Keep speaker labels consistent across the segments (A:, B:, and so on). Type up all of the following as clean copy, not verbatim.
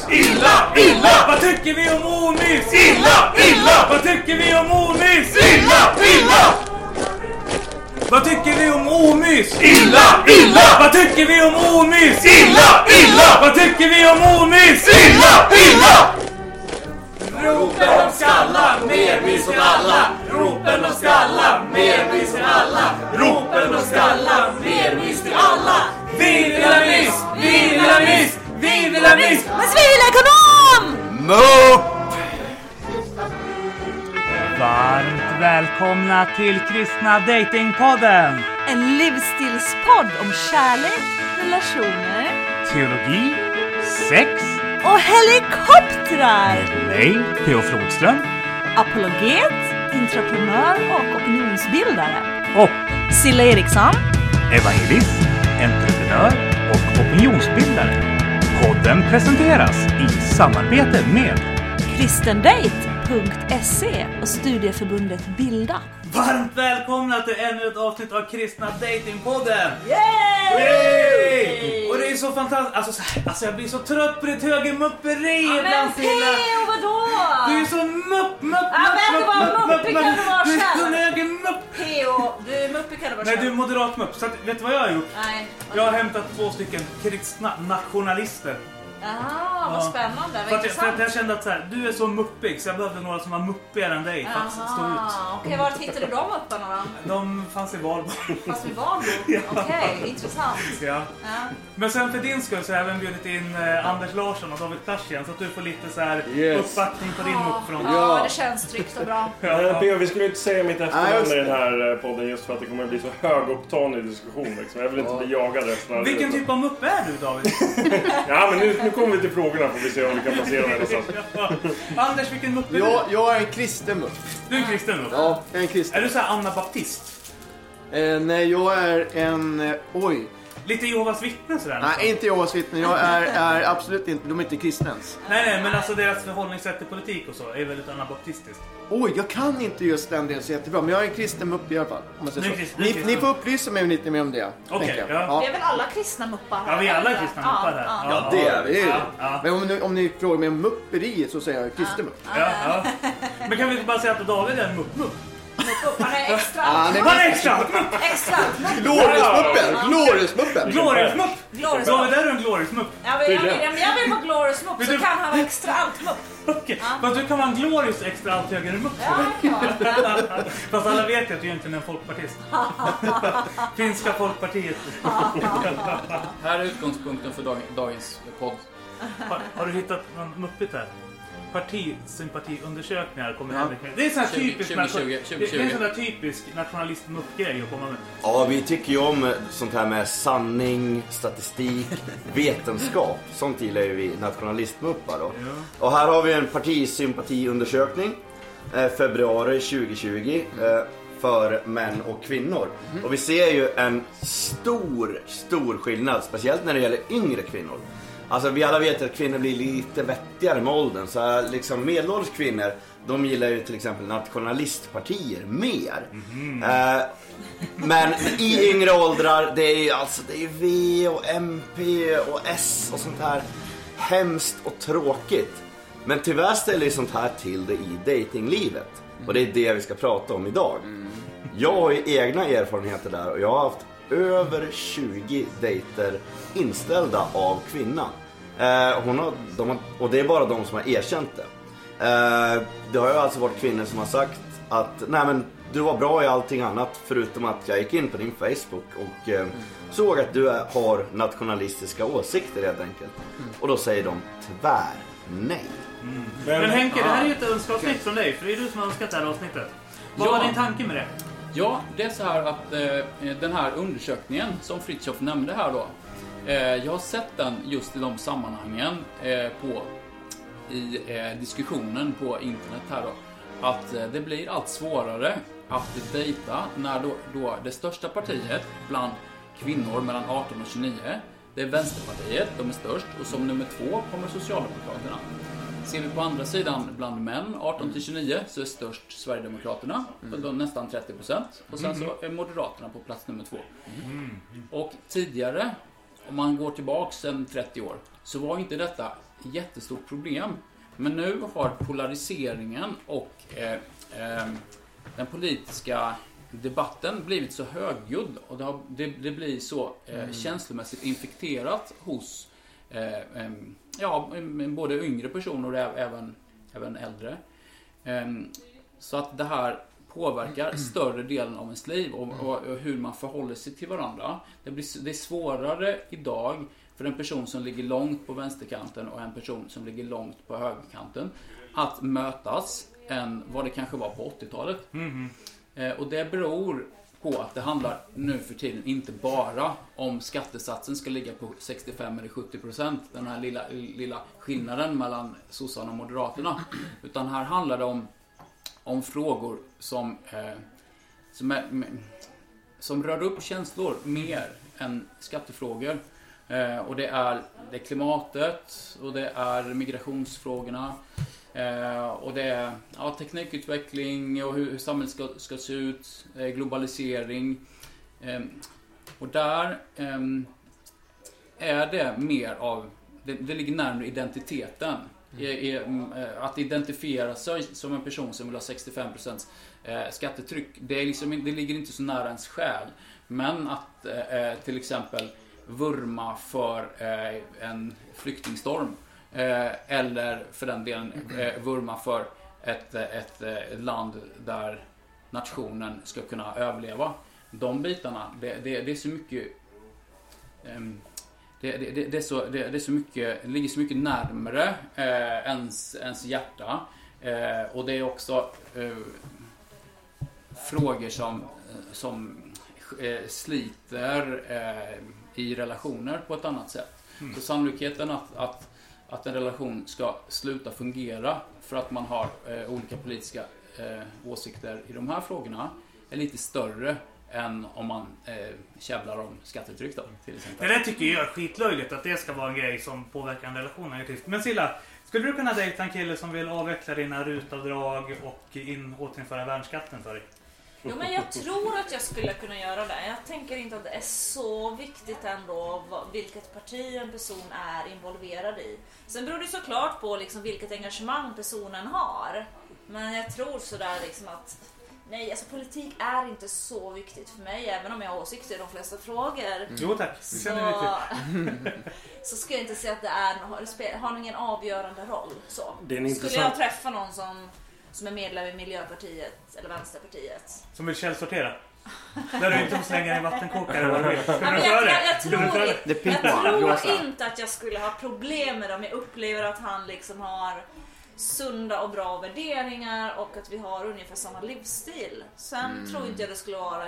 A: Illa, illa! Vad tycker vi om Omis? Illa, illa! Vad tycker vi om Omis? Illa, illa! Vad tycker vi om Omis? Illa, illa! Vad tycker vi om Omis? Illa, illa! Vad tycker vi om Omis? Illa, illa! Ropen om skalla, mer vis åt alla. Ropen om skalla, mer vis åt alla. Ropen om skalla, mer vis till alla. Vi vill ha miss, vi vill ha miss, vi vill ha miss.
B: Men vi vill ha ekonom!
A: Mupp!
C: Varmt välkomna till Kristna Datingpodden.
B: En livsstilspodd om kärlek, relationer
C: Teologi, sex
B: och helikoptrar.
C: mig, P.O. Flodström.
B: Apologet, entreprenör och opinionsbildare.
C: Och
B: Silla Eriksson.
C: evangelist, entreprenör och opinionsbildare. Podden presenteras i samarbete med
B: kristendate.se och studieförbundet Bilda.
A: Varmt välkomna till ännu ett avsnitt av Kristna Datingpodden.
B: Yay!
A: Och det är så fantastiskt. Alltså jag blir så trött på ditt högermupperi ibland, Silla.
B: P.O. vadå?
A: Du är så mupp.
B: Ja, vet du vad muppig kan du vara
A: Du är
B: själv?
A: så högermupp.
B: P.O. Du är muppig kan du vara
A: Nej,
B: själv.
A: du är moderat mupp. Så att, vet du vad jag har gjort?
B: Nej.
A: Jag har hämtat 2 stycken kristna nationalister.
B: Jaha, vad spännande,
A: För
B: vad
A: att
B: intressant.
A: jag kände att så här, du är så muppig så jag behövde några som var muppigare än dig för att stå ut.
B: Okej, var hittade du de upparna då?
A: De fanns i Valborg.
B: Fast vi var då? Okej, intressant.
A: Ja.
B: Ja.
A: Men sen för din skull så har jag även bjudit in Anders Larsson och David Persson så att du får lite så här uppbackning på din muppfront.
B: Ja, det känns tryggt och bra.
D: P.O. vi skulle inte säga mitt efternamn i den här podden just för att det kommer att bli så högupptanig diskussion liksom. Jag vill inte bli jagad resten av
A: Vilken
D: livet.
A: typ av mupp är du, David?
D: Ja, men nu kommer vi till frågorna får vi se om vi kan placera mig någonstans.
A: Anders, vilken mupp är du?
E: Jag är en kristen mupp.
A: Du är kristen mupp?
E: Ja, jag är en kristen.
A: Är du så här anabaptist?
E: Nej, jag är en... oj.
A: Lite Jehovas vittnen sådär?
E: Nej, inte Jehovas vittnen. Jag är absolut inte... De är inte kristens.
A: Nej, men alltså deras förhållningssätt till politik och så är väldigt anabaptistiskt.
E: Oj, jag kan inte just den delen så jättebra. Men jag är en kristen mupp i alla fall. Om man säger så. Ni får upplysa mig lite mer om det.
A: Okej,
B: Vi är väl alla kristna muppar här?
A: Ja, vi är alla kristna muppar här.
E: Ja, det är vi.
A: Ja.
E: Men om ni frågar mig om mupperiet så säger jag kristen mupp.
A: Ja. Men kan vi inte bara säga att David är en mupp?
B: Han är extra.
E: Han är
A: Han är extra!
B: Extra.
E: Glorious-muppen!
A: Glorious-mupp!
B: Glorious
A: David, är du en glorious-mupp?
B: Jag vill vara glorious mupp så kan han vara extra allt mupp.
A: Okej, men du kan vara en glorious extra allt högre mupp.
B: Ja.
A: Fast alla vet ju att du egentligen är en folkpartist. Finska folkpartiet.
F: Här är utgångspunkten för dagens podd.
A: Har du hittat någon muppigt här? Partisympatiundersökningar kommer Henrik med. Det är sån här
F: 20,
A: typisk
F: 2020.
A: Det är en sån där typisk nationalist-muppgrej att komma med.
G: Ja, vi tycker ju om sånt här med sanning, statistik, vetenskap. Sånt gillar ju vi nationalistmuppar då.
A: Ja.
G: Och här har vi en partisympatiundersökning februari 2020 för män och kvinnor. Och vi ser ju en stor skillnad, speciellt när det gäller yngre kvinnor. Alltså vi alla vet att kvinnor blir lite vettigare med åldern. Så här, liksom medelålders kvinnor, de gillar ju till exempel nationalistpartier mer. Men i yngre åldrar, det är V och MP och S och sånt här. Hemskt och tråkigt. Men tyvärr ställer ju sånt här till det i datinglivet. Och det är det vi ska prata om idag. Jag har ju egna erfarenheter där och jag har haft över 20 dejter inställda av kvinnan. Och det är bara de som har erkänt det. Det har ju alltså varit kvinnor som har sagt att nej men du var bra i allting annat förutom att jag gick in på din Facebook och såg att du har nationalistiska åsikter helt enkelt. Och då säger de tyvärr nej.
A: Men Henke, det här är ju ett önskeavsnitt från dig, för det är du som har önskat det här avsnittet. Vad var din tanke med det?
F: Ja, det är så här att den här undersökningen som Fritjof nämnde här då. Jag har sett den just i de sammanhangen i diskussionen på internet här då. Att det blir allt svårare att dejta när då det största partiet bland kvinnor mellan 18 och 29, det är Vänsterpartiet, de är störst, och som nummer 2 kommer Socialdemokraterna. Ser vi på andra sidan bland män 18-29 så är störst Sverigedemokraterna, nästan 30%, och sen så är Moderaterna på plats nummer 2. Och tidigare, om man går tillbaka sedan 30 år, så var inte detta jättestort problem. Men nu har polariseringen och den politiska debatten blivit så högljudd och det blir så känslomässigt infekterat hos både yngre personer och även äldre. Så att det här påverkar större delen av ens liv och hur man förhåller sig till varandra. Det är svårare idag för en person som ligger långt på vänsterkanten och en person som ligger långt på högerkanten att mötas än vad det kanske var på 80-talet. Och det beror på att det handlar nu för tiden inte bara om skattesatsen ska ligga på 65 eller 70%, den här lilla skillnaden mellan sossarna och moderaterna, utan här handlar det om frågor som rör upp känslor mer än skattefrågor. Och det är klimatet och det är migrationsfrågorna och det är teknikutveckling och hur samhället ska se ut, globalisering. Och där är det mer av, det ligger närmare identiteten. Att identifiera sig som en person som vill ha 65% skattetryck, det ligger inte så nära ens själ. Men att till exempel vurma för en flyktingstorm eller för den delen vurma för ett land där nationen ska kunna överleva. De bitarna, det är så mycket det ligger så mycket närmare ens hjärta. Och det är också frågor som sliter i relationer på ett annat sätt. Så sannolikheten att en relation ska sluta fungera för att man har olika politiska åsikter i de här frågorna är lite större än om man käbblar om skattetryck då, till exempel.
C: Det där tycker jag är skitlöjligt, att det ska vara en grej som påverkar en relation negativt. Men Silla, skulle du kunna dejta en kille som vill avveckla dina rutavdrag och återinföra värnskatten för dig?
B: Jo, men jag tror att jag skulle kunna göra det. Jag tänker inte att det är så viktigt ändå vilket parti en person är involverad i. Sen beror det såklart på liksom vilket engagemang personen har. Men jag tror sådär liksom att nej, alltså politik är inte så viktigt för mig, även om jag har åsikter i de flesta frågor.
C: Jo tack,
B: så ska jag inte säga att det har ingen avgörande roll. Så.
D: Skulle
B: jag träffa någon som är medlem i Miljöpartiet eller Vänsterpartiet
C: som vill källsortera? Där du inte får slänga en vattenkokare.
B: Jag tror inte att jag skulle ha problem med dem. Jag upplever att han liksom har sunda och bra värderingar och att vi har ungefär samma livsstil. Sen tror inte jag det skulle vara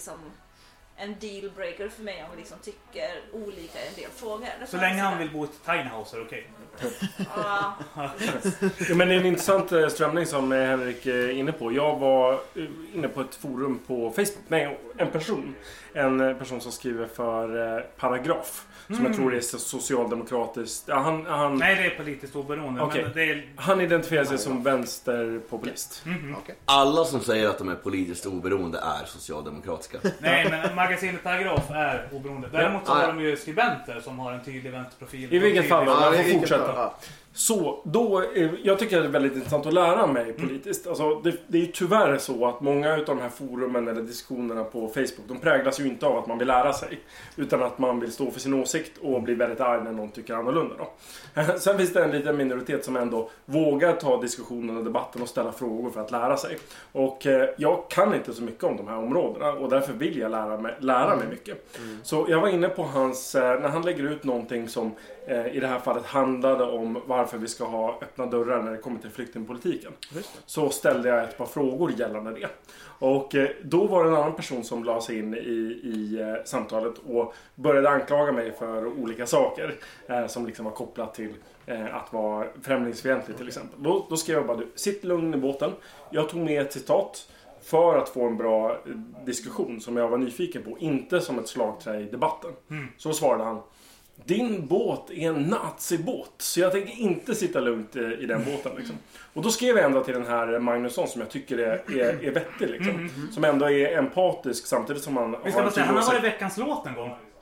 B: en dealbreaker för mig om vi liksom tycker olika i en del frågor.
C: Så länge han vill bo i ett tiny house är det okej.
B: Ja.
D: Ja, men det är en intressant strömning som Henrik är inne på. Jag var inne på ett forum på Facebook med en person som skriver för Paragraf. Som jag tror är socialdemokratiskt.
C: Nej, det är politiskt oberoende.
D: Okay.
C: Men
D: han identifierar sig som vänsterpopulist.
G: Okay. Alla som säger att de är politiskt oberoende är socialdemokratiska.
C: Nej, men magasinet Paragraf är oberoende. Däremot så har de ju skribenter som har en tydlig vänsterprofil.
D: I vilket fall, man får fortsätta. Så, jag tycker det är väldigt intressant att lära mig politiskt. Alltså, det är ju tyvärr så att många av de här forumen eller diskussionerna på Facebook, de präglas ju inte av att man vill lära sig, utan att man vill stå för sin åsikt och bli väldigt arg när någon tycker annorlunda då. Sen finns det en liten minoritet som ändå vågar ta diskussionen och debatten och ställa frågor för att lära sig. Och jag kan inte så mycket om de här områdena och därför vill jag lära mig mycket. Så jag var inne på hans, när han lägger ut någonting som i det här fallet handlade om varför vi ska ha öppna dörrar när det kommer till flyktingpolitiken. Så ställde jag ett par frågor gällande det. Och då var det en annan person som la sig in i samtalet och började anklaga mig för olika saker som liksom var kopplat till att vara främlingsfientlig till exempel. Då skrev jag bara, sitt lugn i båten. Jag tog med ett citat för att få en bra diskussion som jag var nyfiken på, inte som ett slagträ i debatten. Så svarade han: din båt är en nazibåt, så jag tänker inte sitta lugnt i den båten liksom. Och då skrev jag ändå till den här Magnusson som jag tycker är vettig liksom. Som ändå är empatisk samtidigt som han
C: har varit veckans låt en gång.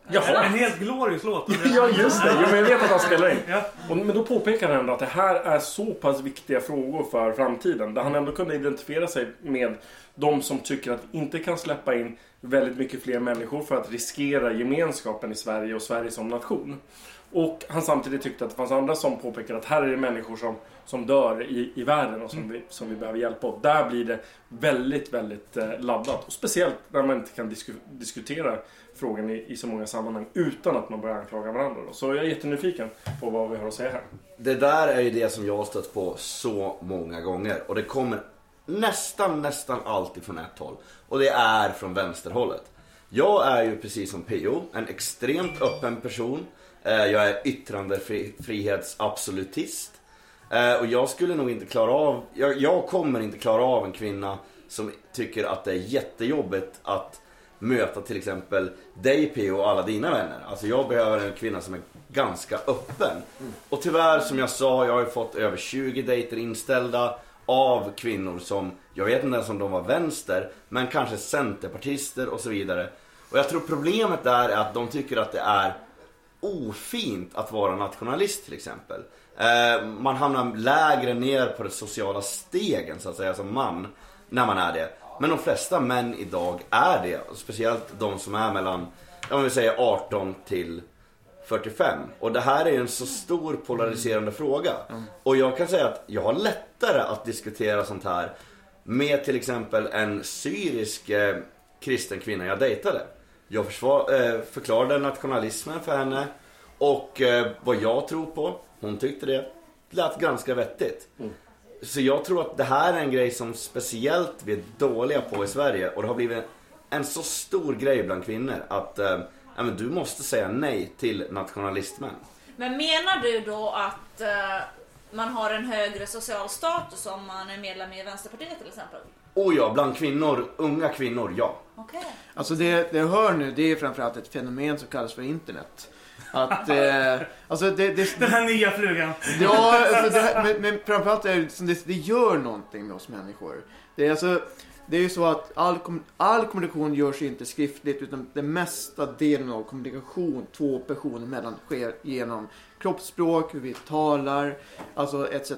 D: Jaha.
C: En helt glorious låt.
D: Ja, just det. Jo, men jag vet att han spelar in.
C: Ja.
D: Men då påpekar han ändå att det här är så pass viktiga frågor för framtiden. Där han ändå kunde identifiera sig med de som tycker att vi inte kan släppa in väldigt mycket fler människor för att riskera gemenskapen i Sverige och Sverige som nation. Och han samtidigt tyckte att det fanns andra som påpekade att här är det människor som dör i världen och som vi behöver hjälpa. Och där blir det väldigt, väldigt laddat. Och speciellt när man inte kan diskutera frågan i så många sammanhang utan att man börjar anklaga varandra. Så jag är jättenyfiken på vad vi har att säga här.
G: Det där är ju det som jag har stött på så många gånger. Och det kommer nästan alltid från ett håll. Och det är från vänsterhållet. Jag är ju precis som P.O. en extremt öppen person. Jag är yttrandefrihetsabsolutist. Och jag skulle nog inte klara av... Jag kommer inte klara av en kvinna som tycker att det är jättejobbigt att möta till exempel dig, P.O. och alla dina vänner. Alltså jag behöver en kvinna som är ganska öppen. Och tyvärr, som jag sa, jag har fått över 20 dejter inställda av kvinnor som, jag vet inte ens om de var vänster, men kanske centerpartister och så vidare. Och jag tror problemet där är att de tycker att det är ofint att vara nationalist till exempel. Man hamnar lägre ner på det sociala stegen så att säga som man när man är det. Men de flesta män idag är det, speciellt de som är mellan, om vi säger 18 till 45. Och det här är en så stor polariserande fråga. Och jag kan säga att jag har lättare att diskutera sånt här med till exempel en syrisk kristen kvinna jag dejtade. Jag förklarade nationalismen för henne och vad jag tror på. Hon tyckte det lät ganska vettigt. Så jag tror att det här är en grej som speciellt vi är dåliga på i Sverige. Och det har blivit en så stor grej bland kvinnor att men du måste säga nej till nationalistmän.
B: Men menar du då att man har en högre social status om man är medlem i Vänsterpartiet till exempel?
G: Oh ja, bland kvinnor, unga kvinnor, ja.
B: Okay.
E: Alltså det jag hör nu, det är framförallt ett fenomen som kallas för internet. Att, alltså den
C: här nya flugan.
E: Ja, alltså men framförallt är det gör någonting med oss människor. Det är ju så att all kommunikation görs inte skriftligt, utan den mesta delen av kommunikation två personer mellan sker genom kroppsspråk, hur vi talar, alltså etc.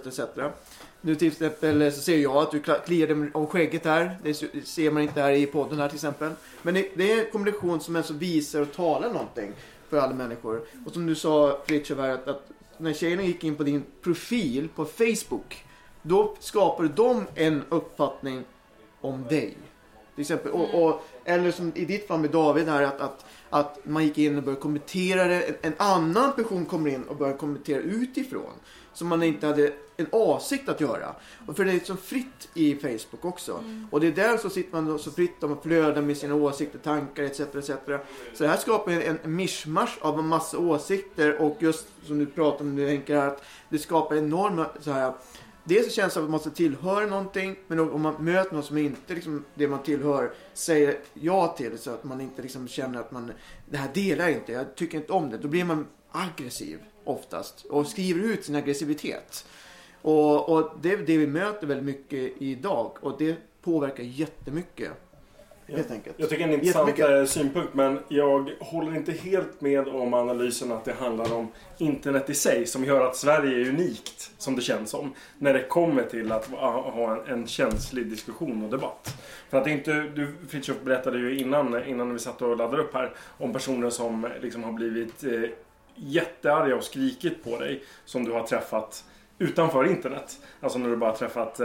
E: Nu till exempel så ser jag att du kliar dig om skägget här. Det ser man inte här i podden här till exempel. Men det är en kommunikation som alltså visar och talar någonting för alla människor. Och som du sa, Fritiof, att när tjejerna gick in på din profil på Facebook, då skapade de en uppfattning om dig. Till exempel. Eller som i ditt fall med David här, att man gick in och började kommentera det. En annan person kommer in och börjar kommentera utifrån. Som man inte hade en avsikt att göra. Och för det är så fritt i Facebook också. Och det är där så sitter man så fritt och flödar med sina åsikter, tankar etc. Så det här skapar en mischmasch av en massa åsikter. Och just som du pratar om, du tänker att det skapar enorma så här. Dels så känns det att man måste tillhöra någonting, men om man möter någon som inte liksom, det man tillhör säger ja till, så att man inte liksom känner att det här delar inte, jag tycker inte om det, då blir man aggressiv oftast och skriver ut sin aggressivitet. Och det är det vi möter väldigt mycket idag, och det påverkar jättemycket. Helt enkelt.
D: Jag tycker det är en intressant synpunkt, men jag håller inte helt med om analysen att det handlar om internet i sig som gör att Sverige är unikt, som det känns som, när det kommer till att ha en känslig diskussion och debatt. För att det inte, du Fritiof berättade ju innan vi satt och laddade upp här om personer som liksom har blivit jättearga och skrikit på dig som du har träffat utanför internet. Alltså när du bara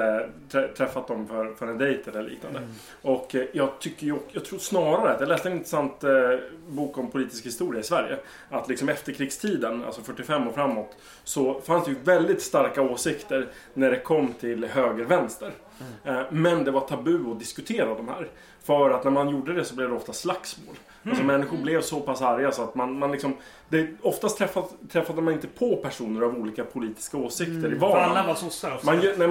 D: träffat dem för en dejt eller liknande. Och jag tror snarare att jag läste en intressant bok om politisk historia i Sverige. Att liksom efterkrigstiden, alltså 45 och framåt, så fanns det ju väldigt starka åsikter när det kom till höger-vänster. Men det var tabu att diskutera de här. För att när man gjorde det så blev det ofta slagsmål. Alltså människor blev så pass arga så att man liksom... Oftast träffade man inte på personer av olika politiska åsikter i vardagen.
C: Alla var sossar.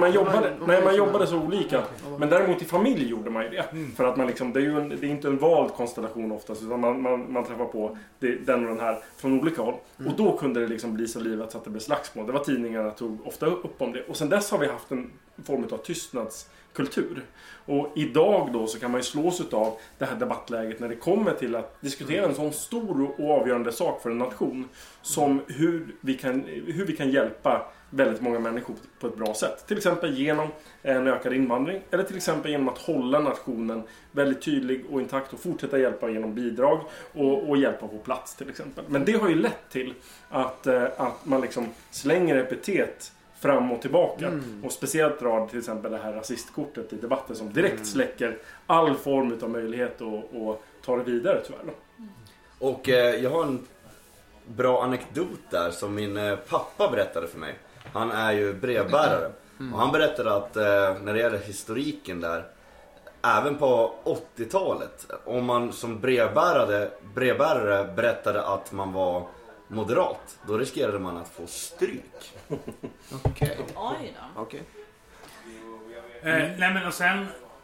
D: Man jobbade så olika. Men däremot i familj gjorde man ju det. För att man liksom, det är inte en vald konstellation oftast, utan man träffar på den och den här från olika håll. Och då kunde det liksom bli så livat så att det blev slagsmål. Det var tidningarna tog ofta upp om det. Och sen dess har vi haft form av tystnadskultur. Och idag då så kan man ju slås av det här debattläget när det kommer till att diskutera en sån stor och avgörande sak för en nation som hur vi kan hjälpa väldigt många människor på ett bra sätt. Till exempel genom en ökad invandring eller till exempel genom att hålla nationen väldigt tydlig och intakt och fortsätta hjälpa genom bidrag och hjälpa på plats till exempel. Men det har ju lett till att man liksom slänger epitet fram och tillbaka och speciellt drar till exempel det här rasistkortet i debatten som direkt släcker all form av möjlighet att ta det vidare tyvärr.
G: Och jag har en bra anekdot där som min pappa berättade för mig. Han är ju brevbärare. Och han berättade att när det gäller historiken där, även på 80-talet, om man som brevbärare berättade att man var moderat, då riskerade man att få stryk.
E: Okej.
B: Oj då.
E: Okej.
C: Nej men och sen,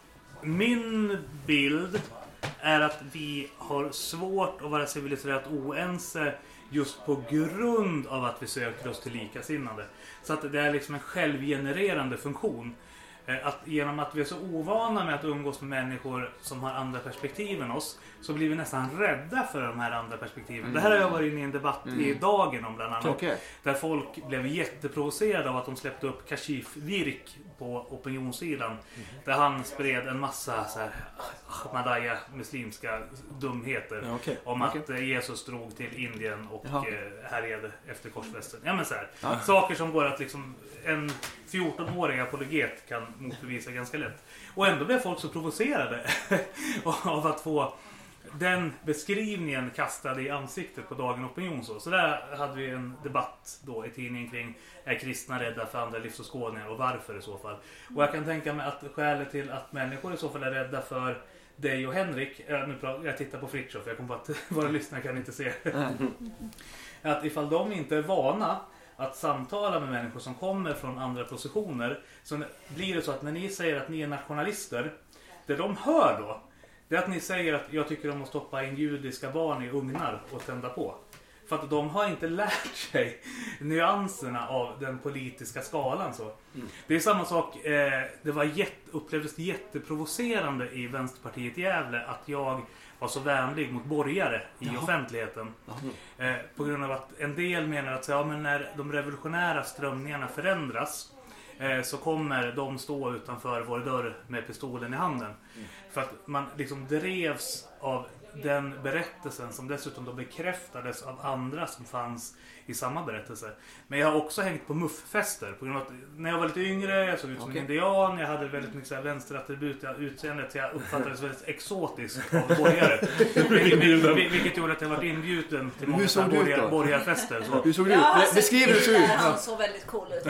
C: min bild är att vi har svårt att vara civiliserat oense just på grund av att vi söker oss till likasinnade. Så att det är liksom en självgenererande funktion. Att genom att vi är så ovana med att umgås med människor som har andra perspektiv än oss, så blir vi nästan rädda för de här andra perspektiven. Det här har jag varit inne i en debatt i Dagen om bland annat.
E: Okej.
C: Där folk blev jätteprovocerade av att de släppte upp Kashif Virk på opinionssidan. Där han spred en massa så här Ahmadiyya muslimska dumheter.
E: Ja, okej.
C: Om att Jesus drog till Indien och härjade efter korsfästen. Ja men så här.
E: Ja.
C: Saker som går att liksom en 14-årig apologet kan motbevisa ganska lätt. Och ändå blev folk så provocerade av att få den beskrivningen kastad i ansiktet på Dagen Opinion. Så där hade vi en debatt då i tidningen kring: är kristna rädda för andra livsåskådningar och varför i så fall? Och jag kan tänka mig att skälet till att människor i så fall är rädda för dig och Henrik, jag tittar på Fritiof, jag kommer på att våra lyssnare kan inte se att ifall de inte är vana att samtala med människor som kommer från andra positioner, så blir det så att när ni säger att ni är nationalister, det de hör då, det är att ni säger att jag tycker om att stoppa in judiska barn i ugnar och tända på. För att de har inte lärt sig nyanserna av den politiska skalan. Så. Det är samma sak, det upplevdes jätteprovocerande i Vänsterpartiet i Gävle att jag var så vänlig mot borgare i offentligheten. På grund av att en del menar att men när de revolutionära strömningarna förändras så kommer de stå utanför vår dörr med pistolen i handen. För att man liksom drevs av den berättelsen som dessutom då bekräftades av andra som fanns i samma berättelse. Men jag har också hängt på mufffester på grund av att när jag var lite yngre, jag såg ut som en indian, jag hade väldigt mycket så här vänsterattribut i utseendet, så jag uppfattades väldigt exotisk av borgare. Vilket gjorde att jag var inbjuden till många borgarfester.
E: Hur såg du ut? Beskriv hur du såg ut.
B: Han såg väldigt cool ut.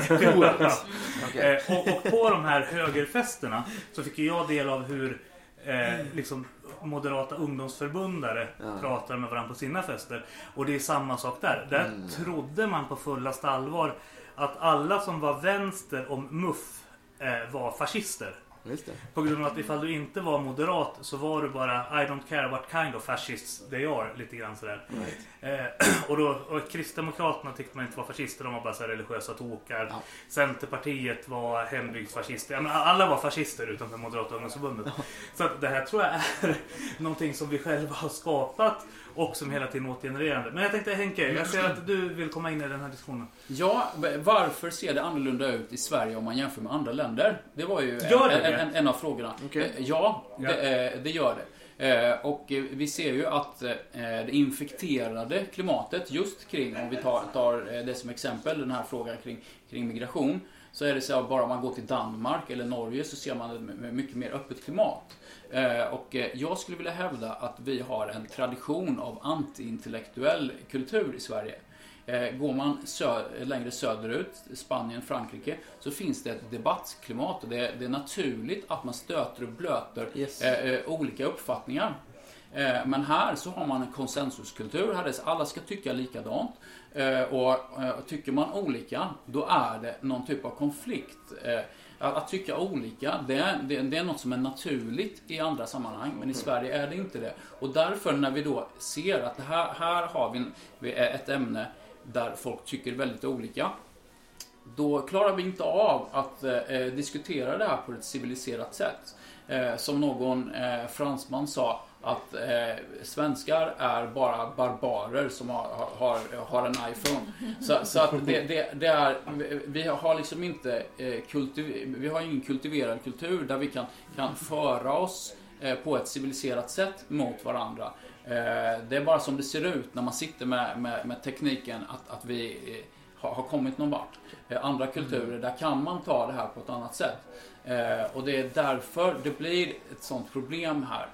C: Och på de här högerfesterna så fick jag del av hur liksom moderata ungdomsförbundare pratar med varandra på sina fester. Och det är samma sak där. Där trodde man på fullaste allvar att alla som var vänster om MUF var fascister.
E: Just det.
C: På grund av att ifall du inte var moderat så var du bara I don't care what kind of fascists they are, lite grann sådär. Och Kristdemokraterna tyckte man inte var fascister, de var bara så religiösa tokar. Centerpartiet var hembygdsfascister. Alla var fascister utanför Moderata ungdomsförbundet. Så att det här tror jag är någonting som vi själva har skapat och som hela tiden återgenererande. Men jag tänkte Henke, jag ser att du vill komma in i den här diskussionen.
F: Ja, varför ser det annorlunda ut i Sverige om man jämför med andra länder? Det var ju en av frågorna.
E: Okay.
F: Ja, det gör det. Och vi ser ju att det infekterade klimatet just kring, om vi tar det som exempel, den här frågan kring migration, så är det så att bara man går till Danmark eller Norge så ser man ett mycket mer öppet klimat. Och jag skulle vilja hävda att vi har en tradition av antiintellektuell kultur i Sverige. Går man längre söderut, Spanien, Frankrike, så finns det ett debattklimat och det är naturligt att man stöter och blöter olika uppfattningar. Men här så har man en konsensuskultur, här alla ska tycka likadant. Och tycker man olika, då är det någon typ av konflikt. Att tycka olika, det är något som är naturligt i andra sammanhang, men i Sverige är det inte det. Och därför när vi då ser att här har vi ett ämne där folk tycker väldigt olika, då klarar vi inte av att diskutera det här på ett civiliserat sätt. Som någon fransman sa, att svenskar är bara barbarer som har en iPhone. Så att det är, vi har liksom inte vi har ingen kultiverad kultur där vi kan föra oss på ett civiliserat sätt mot varandra. Det är bara som det ser ut när man sitter med tekniken att vi har kommit någon vart. Andra kulturer, där kan man ta det här på ett annat sätt. Och det är därför det blir ett sånt problem här.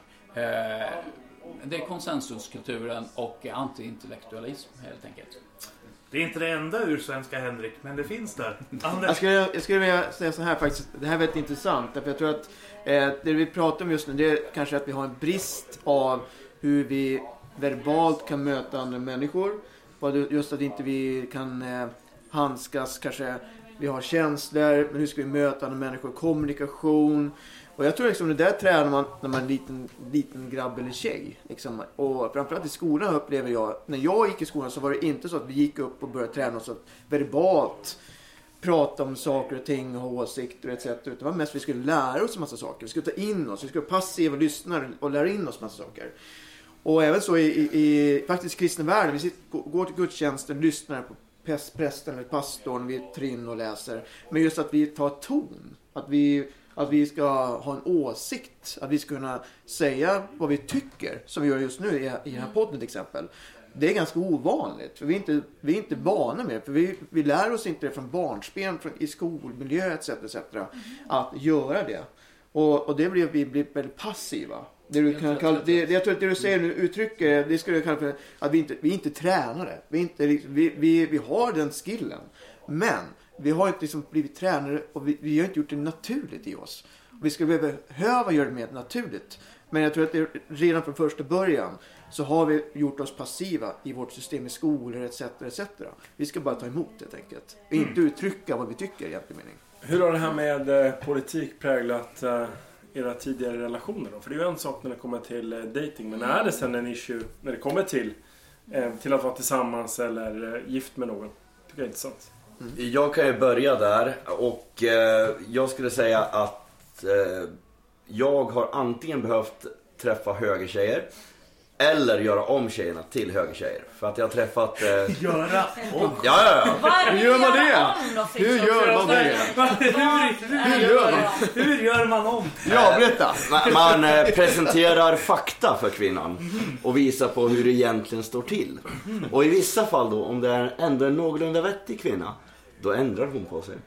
F: Det är konsensuskulturen och antiintellektualism helt enkelt.
C: Det är inte det enda ur svenska Henrik, men det finns där.
E: Jag skulle vilja säga så här faktiskt. Det här är väldigt intressant. Därför jag tror att det vi pratar om just nu, det är kanske att vi har en brist av hur vi verbalt kan möta andra människor. Just att inte vi kan handskas, kanske vi har känslor, men hur ska vi möta andra människor, kommunikation. Och jag tror liksom det där tränar man när man är en liten grabb eller tjej. Liksom. Och framförallt i skolan upplever jag, när jag gick i skolan så var det inte så att vi gick upp och började träna oss att verbalt prata om saker och ting och åsikter etc. Utan det var mest vi skulle lära oss en massa saker. Vi skulle ta in oss, vi skulle passiva och lyssna och lära in oss en massa saker. Och även så i faktiskt kristna världen, vi går till gudstjänsten, lyssnar på prästen eller pastorn, vi tar in och läser. Men just att vi tar ton, att vi ska ha en åsikt, att vi ska kunna säga vad vi tycker, som vi gör just nu i den här podden till exempel. Det är ganska ovanligt, för vi är inte vana med det, för vi lär oss inte det från barnsben, i skolmiljö etc. att göra det. Och det blir vi blir väldigt passiva. Det du kan kalla, jag tror att det du säger nu uttrycker, det skulle jag kalla för att vi inte tränare. Vi har den skillen, men vi har inte liksom blivit tränare och vi har inte gjort det naturligt i oss. Vi skulle behöva göra det mer naturligt. Men jag tror att redan från första början så har vi gjort oss passiva i vårt system i skolor etc. Vi ska bara ta emot helt enkelt. Och inte uttrycka vad vi tycker i egentlig mening.
D: Hur har det här med politik präglat era tidigare relationer då? För det är ju en sak när det kommer till dating, men är det sen en issue när det kommer till att vara tillsammans eller gift med någon? Tycker jag är intressant.
G: Jag kan ju börja där och jag skulle säga att jag har antingen behövt träffa högertjejer eller göra om tjejerna till högertjejer. För att jag har träffat...
C: Göra om?
G: Ja.
E: Hur gör man det?
C: Hur gör man om?
E: Ja, berätta.
G: Man presenterar fakta för kvinnan och visar på hur det egentligen står till. Och i vissa fall då, om det är ändå en någorlunda vettig kvinna, då ändrar hon på sig.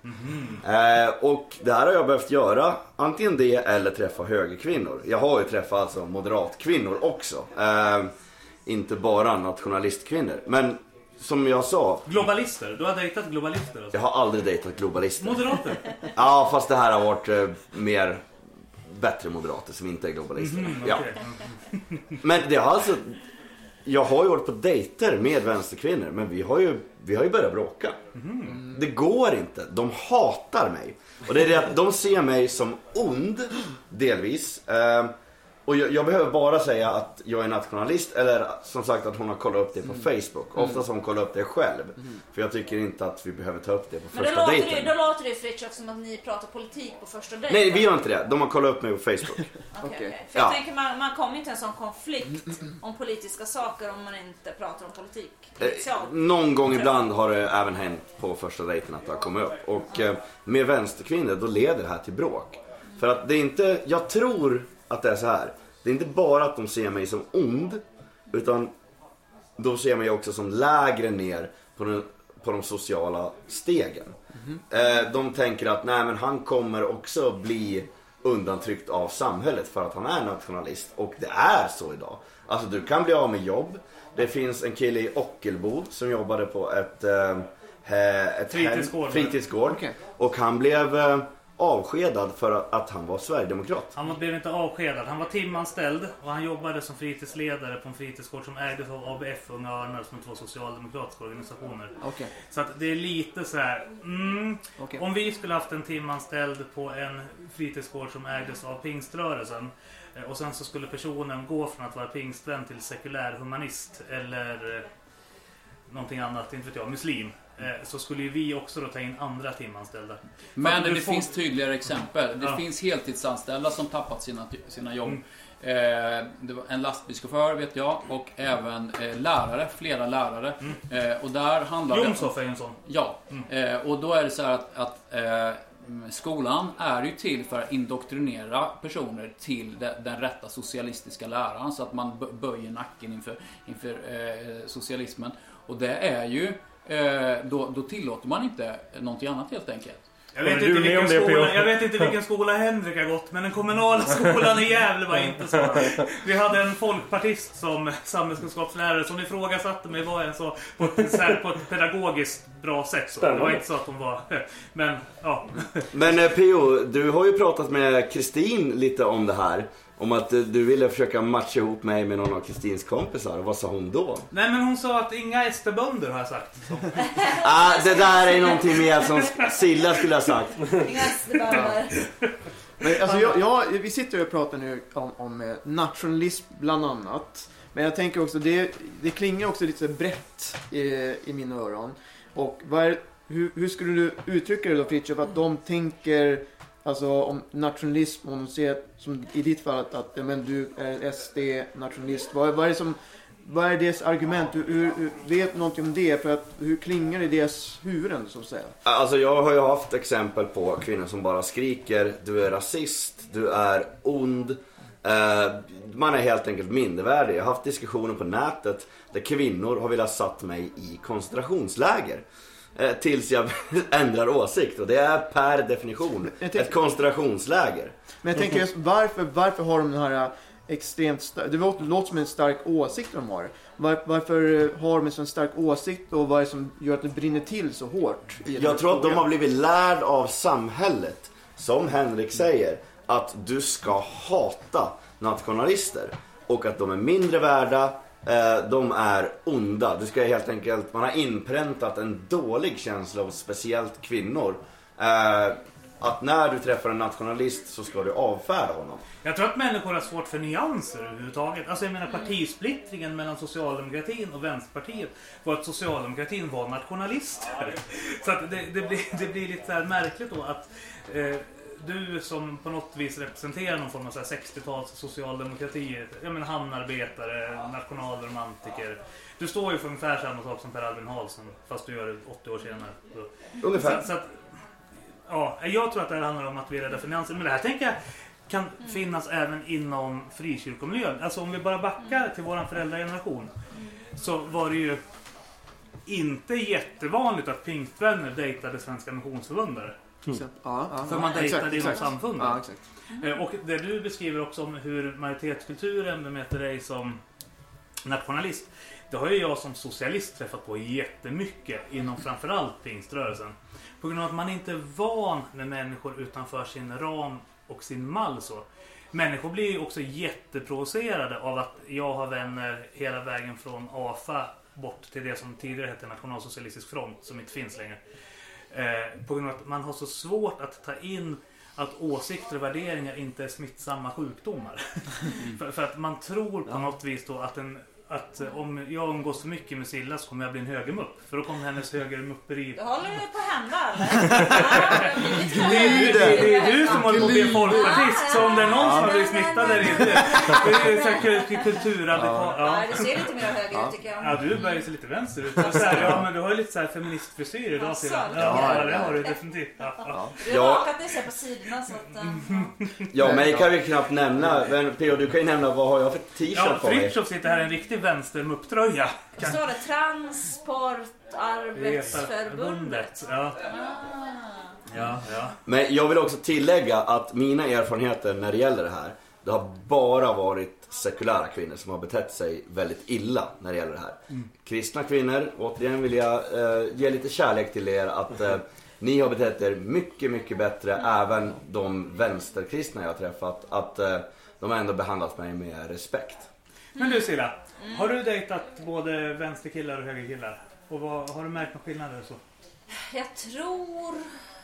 G: Och det här har jag behövt göra. Antingen det eller träffa högerkvinnor. Jag har ju träffat alltså moderatkvinnor också. Inte bara nationalistkvinnor. Men som jag sa...
C: Globalister? Du har dejtat globalister alltså?
G: Jag har aldrig dejtat globalister.
C: Moderater?
G: Ja, fast det här har varit mer bättre moderater som inte är globalister. Ja. Men det har alltså... Jag har ju varit på dejter med vänsterkvinnor, men vi har ju börjat bråka. Det går inte. De hatar mig. Och det är det att de ser mig som ond, delvis. Och jag behöver bara säga att jag är nationalist, eller som sagt att hon har kollat upp det på Facebook. Oftast har hon kollat upp det själv. För jag tycker inte att vi behöver ta upp det på första dejten.
B: Men då låter det Fritiof som att ni pratar politik på första dejten.
G: Nej, vi gör inte det. De har kollat upp mig på Facebook.
B: Okej. För jag tänker man kommer inte en sån konflikt om politiska saker om man inte pratar om politik.
G: Någon gång ibland har det även hänt på första dejten att det har kommit upp. Och med vänsterkvinnor då leder det här till bråk. För att det är inte, jag tror att det är så här. Det är inte bara att de ser mig som ond, utan de ser mig också som lägre ner på de sociala stegen. De tänker att nej, men han kommer också bli undantryckt av samhället för att han är nationalist. Och det är så idag. Alltså du kan bli av med jobb. Det finns en kille i Ockelbo som jobbade på ett fritidsgård.
E: Okay.
G: Och han blev avskedad för att han var sverigedemokrat.
C: Han blev inte avskedad, han var timanställd och han jobbade som fritidsledare på en fritidsgård som ägdes av ABF och Unga Örnar, som är 2 socialdemokratiska organisationer.
E: Okay.
C: Så att det är lite så här.
E: Okay.
C: Om vi skulle haft en timanställd på en fritidsgård som ägdes av pingströrelsen och sen så skulle personen gå från att vara pingstvän till sekulär humanist eller någonting annat, inte vet jag, muslim, så skulle ju vi också då ta in andra timanställda.
F: Men det finns tydligare exempel. Det finns heltidsanställda som tappat sina jobb. Det var en lastbilschaufför vet jag, och även flera lärare. Och där handlar
C: Jomshof är en sån.
F: Ja, och då är det så här att skolan är ju till för att indoktrinera personer till den rätta socialistiska läran, så att man böjer nacken inför socialismen. Och det är ju då tillåter man inte någonting annat helt enkelt.
C: Jag vet inte vilken skola Henrik har gått, men den kommunala skolan i Gävle var inte så. Vi hade en folkpartist som samhällskunskapslärare som ifrågasatte mig vad jag sa på ett pedagogiskt bra sätt. Så. Det var inte så att hon var... Men, ja.
G: Men P.O., du har ju pratat med Kristin lite om det här. Om att du ville försöka matcha ihop mig med någon av Kristins kompisar. Vad sa hon då?
C: Nej, men hon sa att inga SD-bönder har jag sagt.
G: Det där är någonting mer som Silla skulle ha sagt.
B: Inga SD-bönder.
E: Men alltså vi sitter och pratar nu om nationalism bland annat. Men jag tänker också, det klingar också lite brett i mina öron. Och hur skulle du uttrycka det då, Fritiof, att de tänker... Alltså om nationalism, om de ser som i ditt fall att men du är SD-nationalist. Vad är deras argument? Hur vet någonting om det? För att hur klingar det i deras huvuden så att säga?
G: Alltså jag har ju haft exempel på kvinnor som bara skriker: du är rasist, du är ond. Man är helt enkelt mindervärdig. Jag har haft diskussioner på nätet där kvinnor har velat satt mig i koncentrationsläger. Tills jag ändrar åsikt. Och det är per definition ett koncentrationsläger.
E: Men jag tänker just varför har de den här extremt det låter som en stark åsikt de har. Varför har de en sån stark åsikt, och vad är det som gör att det brinner till så hårt?
G: Jag tror att de har blivit lärd av samhället, som Henrik säger, att du ska hata nationalister och att de är mindre värda. De är onda. Du ska helt enkelt, man har inpräntat en dålig känsla av speciellt kvinnor. Att när du träffar en nationalist så ska du avfärda honom.
C: Jag tror att människor har svårt för nyanser överhuvudtaget. Alltså jag menar, partisplittringen mellan socialdemokratin och Vänsterpartiet var att socialdemokratin var nationalister. Så att det blir lite så här märkligt då att du som på något vis representerar någon form av 60-tals socialdemokrati, jag menar hamnarbetare, nationalromantiker. Du står ju för ungefär samma sak som Per Albin Hansson, fast du gör det 80 år senare.
G: Ungefär.
C: Så att, ja, jag tror att det här handlar om att vi är rädda för nyanser. Men det här tänker jag kan finnas även inom frikyrkomiljön. Alltså om vi bara backar till våran föräldrageneration, så var det ju inte jättevanligt att pingstvänner dejtade Svenska missionsförbundare. För man dejtade inom samfundet.
E: Ja, exakt.
C: Och det du beskriver också om hur majoritetskulturen bemöter dig som nationalist, det har ju jag som socialist träffat på jättemycket inom framförallt pingströrelsen. På grund av att man inte är van med människor utanför sin ram och sin mall så. Människor blir ju också jätteprovocerade av att jag har vänner hela vägen från AFA bort till det som tidigare hette Nationalsocialistisk front, som inte finns längre. På grund av att man har så svårt att ta in att åsikter och värderingar inte är smittsamma sjukdomar. för att man tror på något vis då att om jag umgås för mycket med Silla så kommer jag bli en högermupp. För då kommer hennes högermupperi...
B: Det håller ju på att hända, eller?
C: Det är du som håller på att bli en folkpartist. Så om det är någon som har blivit smittad är det kulturradikal.
B: Ja, du ser lite mer höger ut tycker jag.
C: Ja, du börjar ju se lite vänster ut. Ja, men du har ju lite så här feministfrisyr idag, Silla. Ja, det har du definitivt.
B: Du har hakat dig sig på sidorna så att...
G: Ja, mig kan vi knappt nämna. Men P.O., du kan ju nämna vad har jag för t-shirt på mig.
C: Fritiof sitter här i en riktig vänstermupptröja.
B: Så står det Transportarbetsförbundet.
C: Ja.
G: Men jag vill också tillägga att mina erfarenheter när det gäller det här, det har bara varit sekulära kvinnor som har betett sig väldigt illa när det gäller det här. Kristna kvinnor, återigen vill jag ge lite kärlek till er att ni har betett er mycket, mycket bättre. Även de vänsterkristna jag har träffat, att de har ändå behandlat mig med respekt.
C: Men du Silla, har du dejtat både vänsterkillar och högerkillar? Och vad har du märkt med skillnader så?
B: Jag tror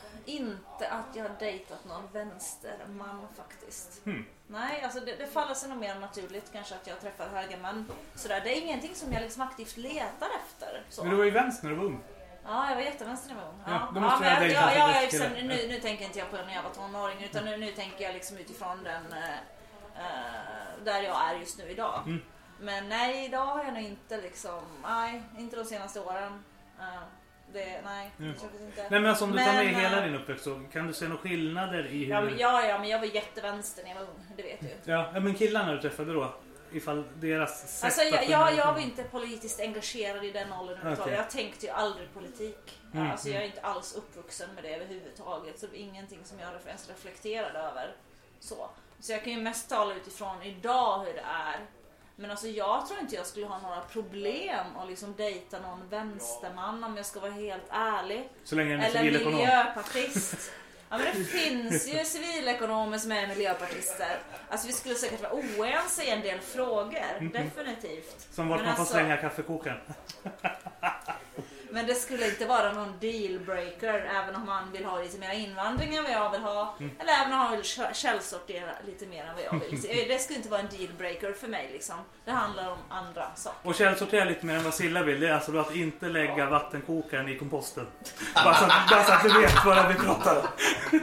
B: inte att jag har dejtat någon vänsterman faktiskt. Nej, alltså det faller sig nog mer naturligt kanske att jag träffar höga män. Sådär, det är ingenting som jag liksom aktivt letar efter. Så.
C: Men du var ju vänster när du var ung.
B: Ja, jag var jättevänster när jag var ung.
C: Ja, då måste jag dejta
B: nu tänker inte jag på när jag var tonåring, utan nu tänker jag liksom utifrån den där jag är just nu idag. Men nej, idag har jag nog inte liksom, nej, inte de senaste åren. Nej, inte.
C: Nej, men alltså, om du tar med hela din uppväxt så kan du se några skillnader i hur...
B: Ja, men jag var jättevänster när jag var ung, det vet du. Ja,
C: men killarna du träffade då, ifall deras sätt
B: alltså, jag var inte politiskt engagerad i den åldern. Okay. Jag tänkte ju aldrig politik. Alltså, jag är inte alls uppvuxen med det överhuvudtaget. Så det är ingenting som jag ens reflekterade över. Så jag kan ju mest tala utifrån idag hur det är. Men alltså jag tror inte jag skulle ha några problem att liksom dejta någon vänsterman om jag ska vara helt ärlig.
C: Så länge en är
B: eller miljöpartist. Ja, men det finns ju civilekonomer som är miljöpartister. Alltså vi skulle säkert vara oense i en del frågor, definitivt.
C: Som vart man får slänga kaffekokaren.
B: Men det skulle inte vara någon dealbreaker även om man vill ha lite mer invandring än vad jag vill ha. Eller även om man vill källsortera lite mer än vad jag vill. Det skulle inte vara en dealbreaker för mig liksom. Det handlar om andra saker.
C: Och källsortera lite mer än vad Silla vill. Det är alltså att inte lägga vattenkokaren i komposten. Bara så att du vet vad vi pratar om.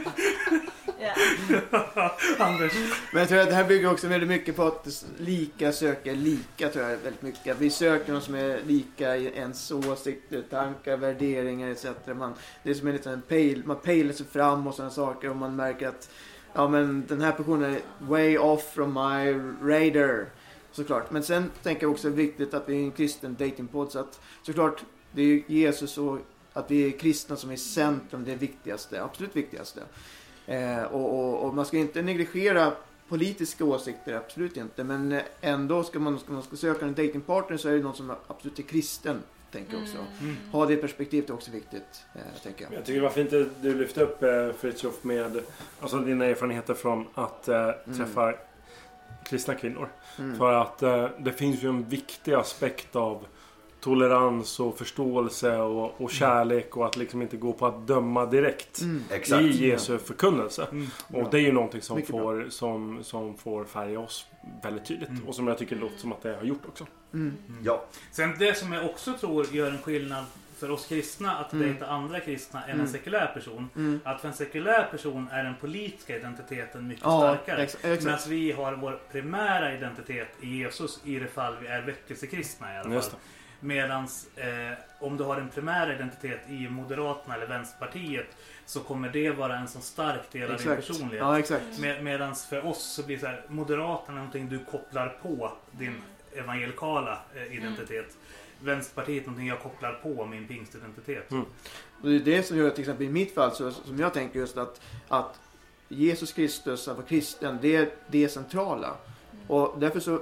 B: Anders.
E: Men jag tror att det här bygger också väldigt mycket på att lika söker lika, tror jag väldigt mycket. Vi söker någon som är lika i ens åsikter, tankar, värderingar etc. Det är som en liten man pejlar sig fram och sådana saker och man märker att men den här personen är way off from my radar. Såklart. Men sen tänker jag också viktigt att vi är en kristen datingpodd, så att såklart det är Jesus och att vi är kristna som är centrum, det viktigaste, absolut viktigaste. Och man ska inte negligera politiska åsikter, absolut inte. Men ändå ska man söka en datingpartner så är det någon som absolut är kristen, tänker jag också. Ha det perspektivet är också viktigt, tänker jag.
D: Jag tycker varför inte du lyfter upp Fritiof med alltså dina erfarenheter från att träffa kristna kvinnor. För att det finns ju en viktig aspekt av tolerans och förståelse och kärlek och att liksom inte gå på att döma direkt i Jesu förkunnelse. Och det är ju någonting som får färga oss väldigt tydligt och som jag tycker låter som att det har gjort också.
G: Ja.
C: Sen det som jag också tror gör en skillnad för oss kristna att dejta andra kristna än en sekulär person. Att för en sekulär person är den politiska identiteten mycket starkare. Medan vi har vår primära identitet i Jesus i det fall vi är väckelsekristna i alla fall. Medans om du har en primär identitet i Moderaterna eller Vänsterpartiet så kommer det vara en så stark del av din personlighet.
E: Ja, exakt.
C: Medans för oss så blir så här, Moderaterna är någonting du kopplar på din evangelikala identitet. Vänsterpartiet är någonting jag kopplar på min pingstidentitet.
E: Och det är det som gör till exempel i mitt fall så, som jag tänker just att Jesus Kristus, att vara kristen, det är det centrala. Och därför så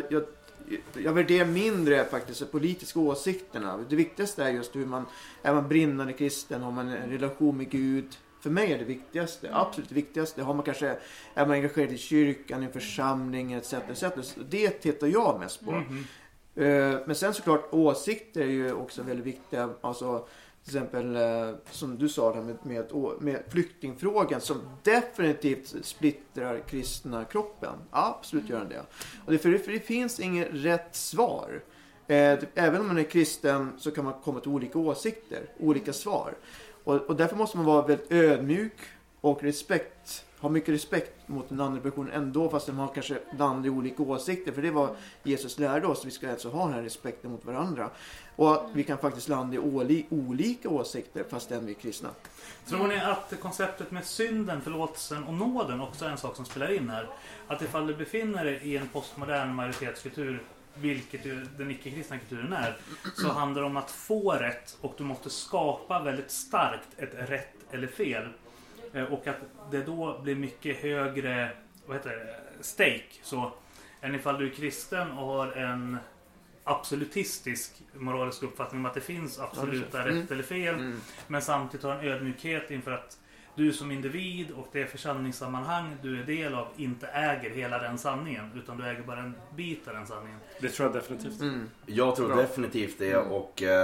E: jag värderar mindre faktiskt de politiska åsikterna. Det viktigaste är just hur är man brinnande kristen, har man en relation med Gud. För mig är det viktigaste, absolut det viktigaste. Är man engagerad i kyrkan, i en församling etc. Det tittar jag mest på. Men sen såklart åsikter är ju också väldigt viktiga. Alltså till exempel som du sa med flyktingfrågan som definitivt splittrar kristna kroppen. Absolut gör den det. Och för det finns inget rätt svar. Även om man är kristen så kan man komma till olika åsikter, olika svar. Och därför måste man vara väldigt ödmjuk och ha mycket respekt mot den andra personen ändå, fast de har kanske landar i olika åsikter. För det var Jesus lärde oss, vi ska alltså ha den här respekten mot varandra. Och att vi kan faktiskt landa i olika åsikter fast än vi är kristna.
C: Tror ni att konceptet med synden, förlåtelsen och nåden också är en sak som spelar in här? Att ifall du befinner dig i en postmodern majoritetskultur, vilket ju den icke-kristna kulturen är, så handlar det om att få rätt och du måste skapa väldigt starkt ett rätt eller fel. Och att det då blir mycket högre stake så än ifall du är kristen och har en absolutistisk moralisk uppfattning om att det finns absoluta rätt eller fel, men samtidigt har en ödmjukhet inför att du som individ och det församlingssammanhang du är del av inte äger hela den sanningen, utan du äger bara en bit av den sanningen.
D: Det tror jag definitivt.
G: Jag tror definitivt det och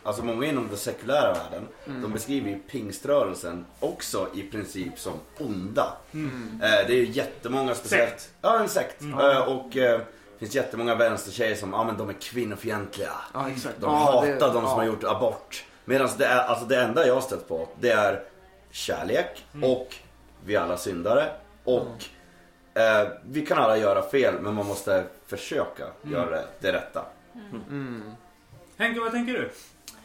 G: alltså många inom den sekulära världen, de beskriver ju pingströrelsen också i princip som onda. Det är ju jättemånga speciellt...
C: Sekt.
G: Ja, en sekt. Och det finns jättemånga vänstertjejer som, men de är kvinnofientliga.
E: Ja, exakt.
G: De hatar de som har gjort abort. Medan det enda jag har stött på, det är kärlek och vi alla syndare och vi kan alla göra fel, men man måste försöka göra det rätta.
C: Henke, vad tänker du?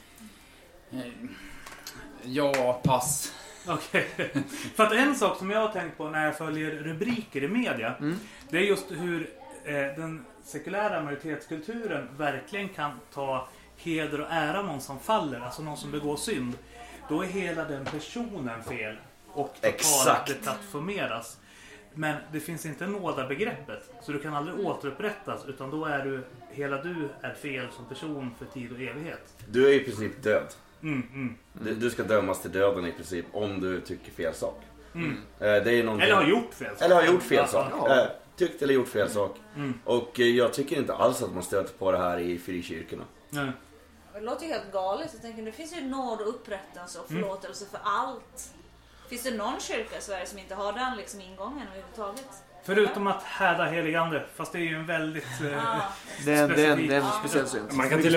F: Ja, pass.
C: Okej. För att en sak som jag har tänkt på när jag följer rubriker i media, det är just hur den sekulära majoritetskulturen verkligen kan ta heder och ära någon som faller, alltså någon som begår synd. Då är hela den personen fel och totalt deplattformeras. Men det finns inte nådabegreppet, så du kan aldrig återupprättas, utan då är hela du är fel som person för tid och evighet.
G: Du är i princip död. Du ska dömas till döden i princip om du tycker fel sak. Det är
C: eller har gjort fel sak.
G: Eller har gjort fel sak. Tyckt eller gjort fel sak. Och jag tycker inte alls att man stöter på det här i frikyrkorna.
C: Nej.
B: Det låter ju helt galet. Jag tänker, det finns ju nåd och upprättelse och förlåtelse för allt. Finns det någon kyrka i Sverige som inte har den liksom ingången överhuvudtaget?
C: Förutom att häda heligande, fast det är ju en väldigt
E: Det är
C: specifik...
E: en speciell synd.
D: Man kan till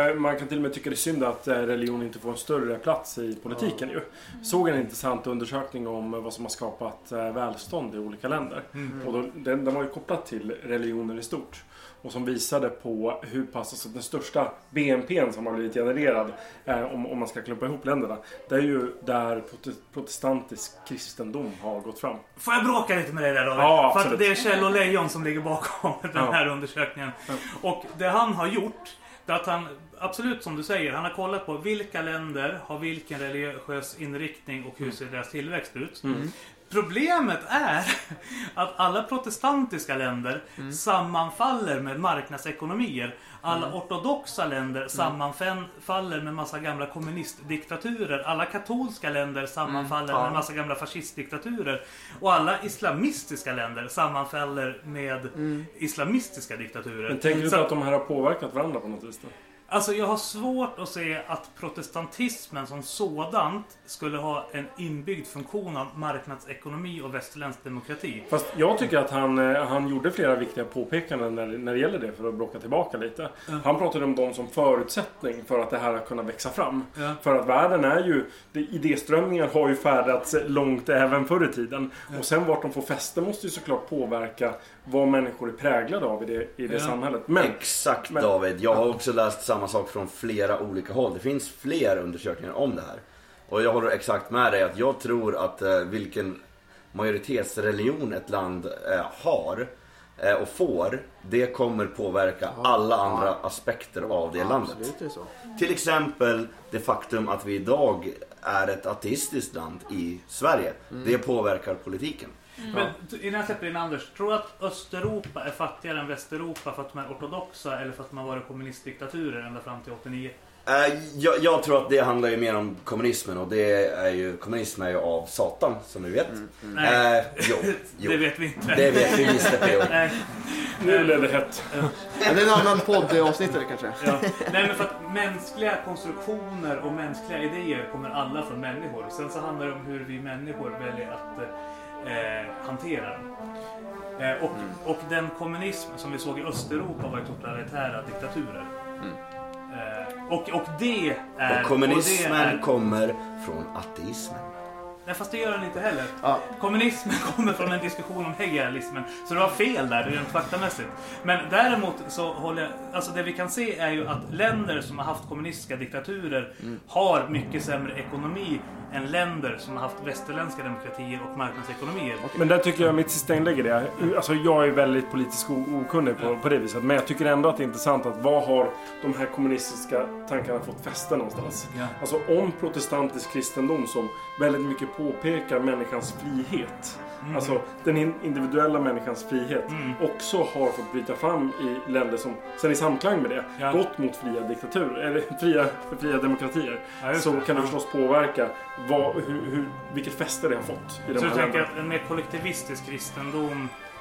D: och med tycka det är synd att religion inte får en större plats i politiken ju. Såg en intressant undersökning om vad som har skapat välstånd i olika länder. Och den var ju kopplad till religioner i stort. Och som visade på hur pass, alltså den största BNP:n som har blivit genererad om man ska klumpa ihop länderna, det är ju där protestantisk kristendom har gått fram.
C: Får jag bråka lite med dig där då?
D: Ja,
C: för att det är Kjell och Lejon som ligger bakom den här undersökningen. Och det han har gjort, det är att han, absolut som du säger, han har kollat på vilka länder har vilken religiös inriktning och hur ser deras tillväxt ut. Problemet är att alla protestantiska länder sammanfaller med marknadsekonomier. Alla ortodoxa länder sammanfaller med massa gamla kommunistdiktaturer. Alla katolska länder sammanfaller med massa gamla fascistdiktaturer. Och alla islamistiska länder sammanfaller med islamistiska diktaturer.
D: Men tänker du inte att de här har påverkat varandra på något vis då?
C: Alltså jag har svårt att se att protestantismen som sådant skulle ha en inbyggd funktion av marknadsekonomi och västerländsk demokrati.
D: Fast jag tycker att han gjorde flera viktiga påpekanden när det gäller det, för att bråka tillbaka lite. Han pratade om dem som förutsättning för att det här har kunnat växa fram. För att världen är ju, idéströmningar har ju färdats långt även förr i tiden. Och sen vart de får fäste måste ju såklart påverka vad människor är präglade av i det samhället.
G: Exakt David, jag har också läst samma sak från flera olika håll. Det finns fler undersökningar om det här. Och jag håller exakt med dig att jag tror att vilken majoritetsreligion ett land har och får, det kommer påverka alla andra aspekter av det landet.
E: Absolut, det är så.
G: Till exempel det faktum att vi idag är ett ateistiskt land i Sverige. Det påverkar politiken.
C: Men innan jag släpper in Anders, tror du att Östeuropa är fattigare än Västeuropa för att de är ortodoxa eller för att de har varit kommunistdiktaturer ända fram till 89?
G: Jag tror att det handlar ju mer om kommunismen, och kommunism är ju av Satan, som vi vet.
C: Nej,
G: jo.
C: Det vet vi inte.
G: Det vet vi visst.
D: Nu blev det hett.
E: Det är en annan poddavsnitt eller kanske.
C: Nej, men för att mänskliga konstruktioner och mänskliga idéer kommer alla från människor. Sen så handlar det om hur vi människor väljer att hantera dem. Och den kommunism som vi såg i Östeuropa var ju totalitära diktaturer. Och det är...
G: Och kommunismen kommer från ateismen.
C: Nej, fast det gör den inte heller.
E: Ja.
C: Kommunismen kommer från en diskussion om hegelialismen. Så det var fel där, rent faktamässigt. Men däremot så alltså det vi kan se är ju att länder som har haft kommunistiska diktaturer har mycket sämre ekonomi än länder som har haft västerländska demokratier och marknadsekonomier.
D: Men där tycker jag mitt sista inlägg är det. Alltså jag är väldigt politiskt okunnig på det viset. Men jag tycker ändå att det är intressant att vad har de här kommunistiska tankarna fått fäste någonstans?
C: Ja.
D: Alltså om protestantisk kristendom som väldigt mycket påpekar människans frihet. Alltså den individuella människans frihet också har fått bryta fram i länder som sen i samklang med det gått mot fria diktaturer eller fria demokratier. Så kan det förstås påverka vilket fäste det har fått i de
C: så
D: här
C: du tänker
D: länderna.
C: att en mer kollektivistisk kristendom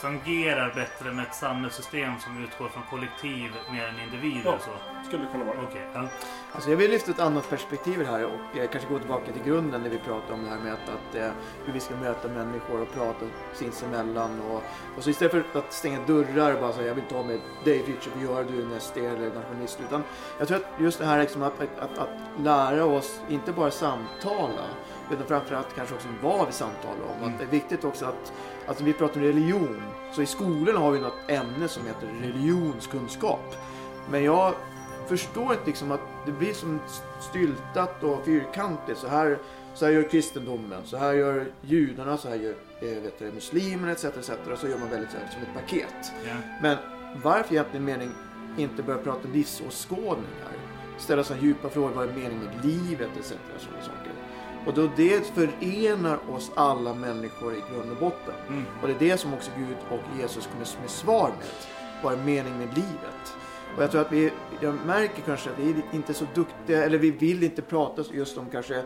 C: fungerar bättre med ett samhällssystem som utgår från kollektiv mer än individer. Så.
D: Skulle det kunna vara.
C: Okej, ja.
E: Alltså jag vill lyfta ett annat perspektiv här och kanske gå tillbaka till grunden när vi pratar om det här med att hur vi ska möta människor och prata sinsemellan och så istället för att stänga dörrar och bara säga jag vill inte ha med dig Fritiof, gör du en SD eller nationalist, utan jag tror att just det här liksom att lära oss inte bara samtala utan framförallt kanske också vad vi samtalar om. Att det är viktigt också att vi pratar om religion, så i skolorna har vi något ämne som heter religionskunskap, men jag förstår inte liksom att det blir som styltat och fyrkantigt. Så här gör kristendomen, så här gör judarna, så här gör muslimerna etc. Och så gör man väldigt så här, som ett paket. Yeah. Men varför egentligen mening inte börja prata livsåskådningar? Ställa så här djupa frågor, vad är meningen med livet etc. Sådana saker. Och då det förenar oss alla människor i grund och botten. Och det är det som också Gud och Jesus kommer med svar med. Vad är meningen med livet? Och jag tror att jag märker kanske att vi är inte så duktiga, eller vi vill inte prata just om kanske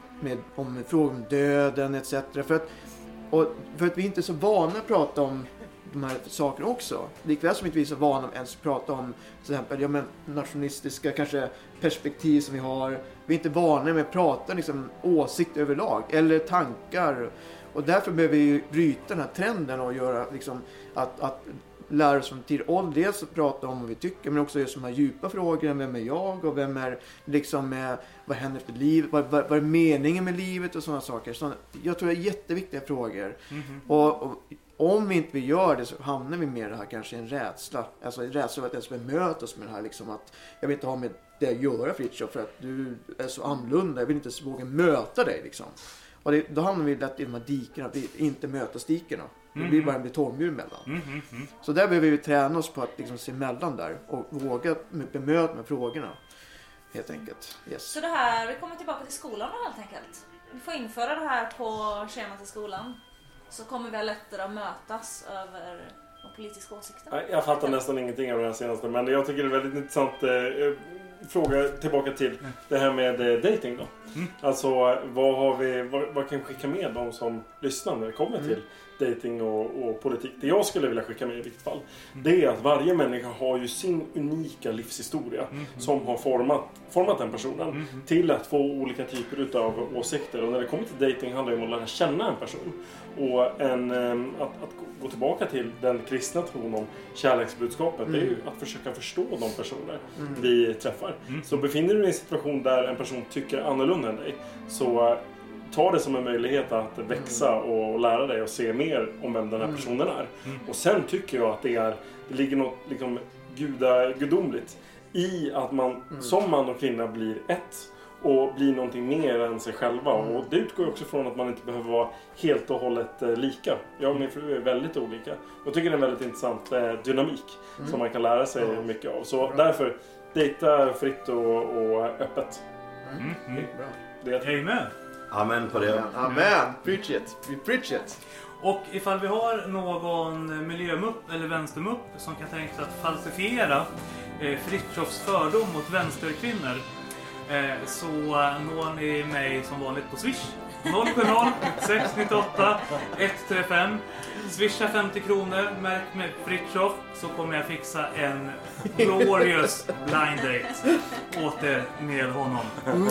E: om frågor om döden etc. För att vi inte är så vana att prata om de här sakerna också. Likväl som inte vi är så vana att ens prata om till exempel nationalistiska kanske perspektiv som vi har. Vi är inte vana med att prata liksom, åsikt överlag eller tankar. Och därför behöver vi bryta den här trenden och göra liksom, att lära oss från tid ålder, dels att prata om vad vi tycker, men också just de här djupa frågorna, vem är jag och vem är liksom, vad händer efter livet, vad är meningen med livet och sådana saker. Så jag tror det är jätteviktiga frågor. Och om vi inte gör det så hamnar vi med det här kanske i en rädsla. Alltså en rädsla att ens bemöta oss med det här liksom, att jag vill inte ha med det att göra Fritiof för att du är så annorlunda, jag vill inte våga möta dig liksom. Och då hamnar vi lätt i de här dikerna, att vi inte möter stikerna. Det blir bara en betongmur mellan. Så där behöver vi träna oss på att liksom se mellan där och våga bemöta med frågorna. Helt enkelt. Yes.
B: Så det här, vi kommer tillbaka till skolan helt enkelt. Vi får införa det här på schemat i skolan. Så kommer vi lättare att mötas över de politiska åsikterna.
D: Jag fattar nästan ingenting av det här senaste, men jag tycker det är väldigt intressant fråga tillbaka till det här med dating då. Alltså vad kan vi skicka med de som lyssnar när det kommer till dating och politik? Det jag skulle vilja skicka med i vilket fall, det är att varje människa har ju sin unika livshistoria som har format den personen till att få olika typer av åsikter. Och när det kommer till dating handlar det om att lära känna en person och att gå tillbaka till den kristna tron om kärleksbudskapet. Det är ju att försöka förstå de personer vi träffar. Så befinner du dig i en situation där en person tycker annorlunda än dig, så ta det som en möjlighet att växa och lära dig och se mer om vem den här personen är. Och sen tycker jag att det ligger något liksom gudomligt i att man som man och kvinna blir ett och blir någonting mer än sig själva. Och det utgår också från att man inte behöver vara helt och hållet lika. Jag och min fru är väldigt olika. Jag tycker det är en väldigt intressant dynamik som man kan lära sig mycket av. Så därför, dejta fritt och öppet.
C: Bra. Amen.
G: Amen på det.
E: Amen. Preach it. We preach it.
C: Och ifall vi har någon miljömupp eller vänstermupp som kan tänka sig att falsifiera Fritjofs fördom mot vänsterkvinnor, så når ni mig som vanligt på Swish 070 698 135. Swisha 50 kronor, märk med Fritjof, så kommer jag fixa en glorious blind date åt er med honom.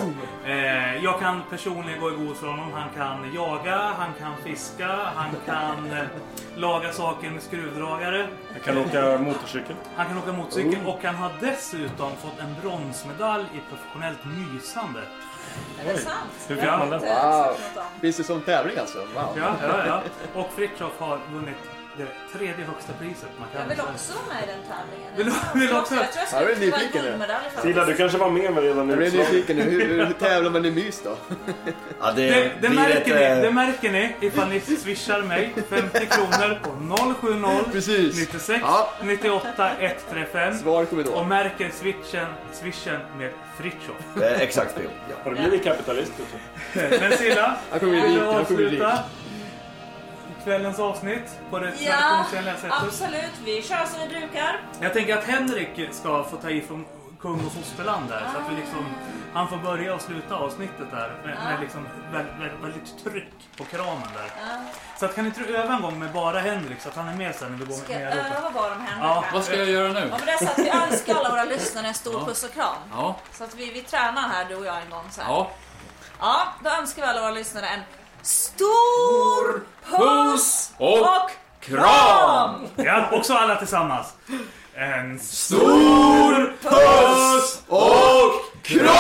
C: Jag kan personligen gå i god för honom. Han kan jaga, han kan fiska, han kan laga saker med skruvdragare.
D: Han kan åka motorcykel.
C: Han kan åka motorcykel och han har dessutom fått en bronsmedalj i professionellt mysande.
B: Är det sant?
D: Hur fick man den?
E: Wow. Finns det sån tävling alltså? Wow.
C: Ja. Och Fritjof har vunnit det tredje högsta priset man kan.
B: Jag vill också vara med i den tävlingen.
C: Vill också?
B: Jag tror jag skulle få en guldmedalj.
D: Silla, du kanske var med redan nu.
E: Jag är nyfiken nu. Hur tävlar man i mys då?
G: Ja,
C: det märker ni ifall ni swishar mig 50 kronor på 070 96 98 135.
E: Svar kommer då.
C: Och märker swishen med Fritjof.
G: Exakt det.
D: Ja. Har du blivit kapitalist?
C: Men Silla, vill du avsluta kvällens avsnitt på det traditionella sättet?
B: Absolut, vi kör som vi brukar.
C: Jag tänker att Henrik ska få kung och fosterland där. Så att vi liksom, han får börja och sluta avsnittet där med liksom väldigt tryck på kramen där. Så att kan inte du öva en gång med bara Henrik så att han är med sen när vi går
B: Ska
C: med
B: jag öva bara med Henrik?
C: Ja.
F: Vad ska jag göra nu?
B: Ja, men det är så att vi önskar alla våra lyssnare en stor puss och kram.
F: Ja.
B: Så att vi tränar här, du och jag, en gång så här.
F: Ja.
B: Ja, då önskar vi alla våra lyssnare en stor puss och kram!
C: Ja, också alla tillsammans. En
G: Stor puss och kram!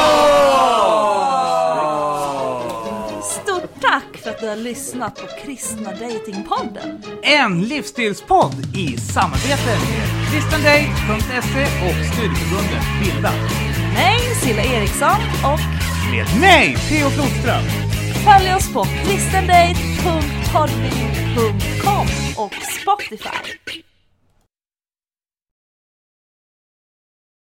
B: Stort tack för att du har lyssnat på Kristna Datingpodden.
A: En livsstilspodd i samarbete med kristendate.se och studieförbundet Bilda.
B: Mig, Silla Eriksson, och
A: Med mig, Theo Flodström.
B: följ oss på kristendate.podbean.com och Spotify.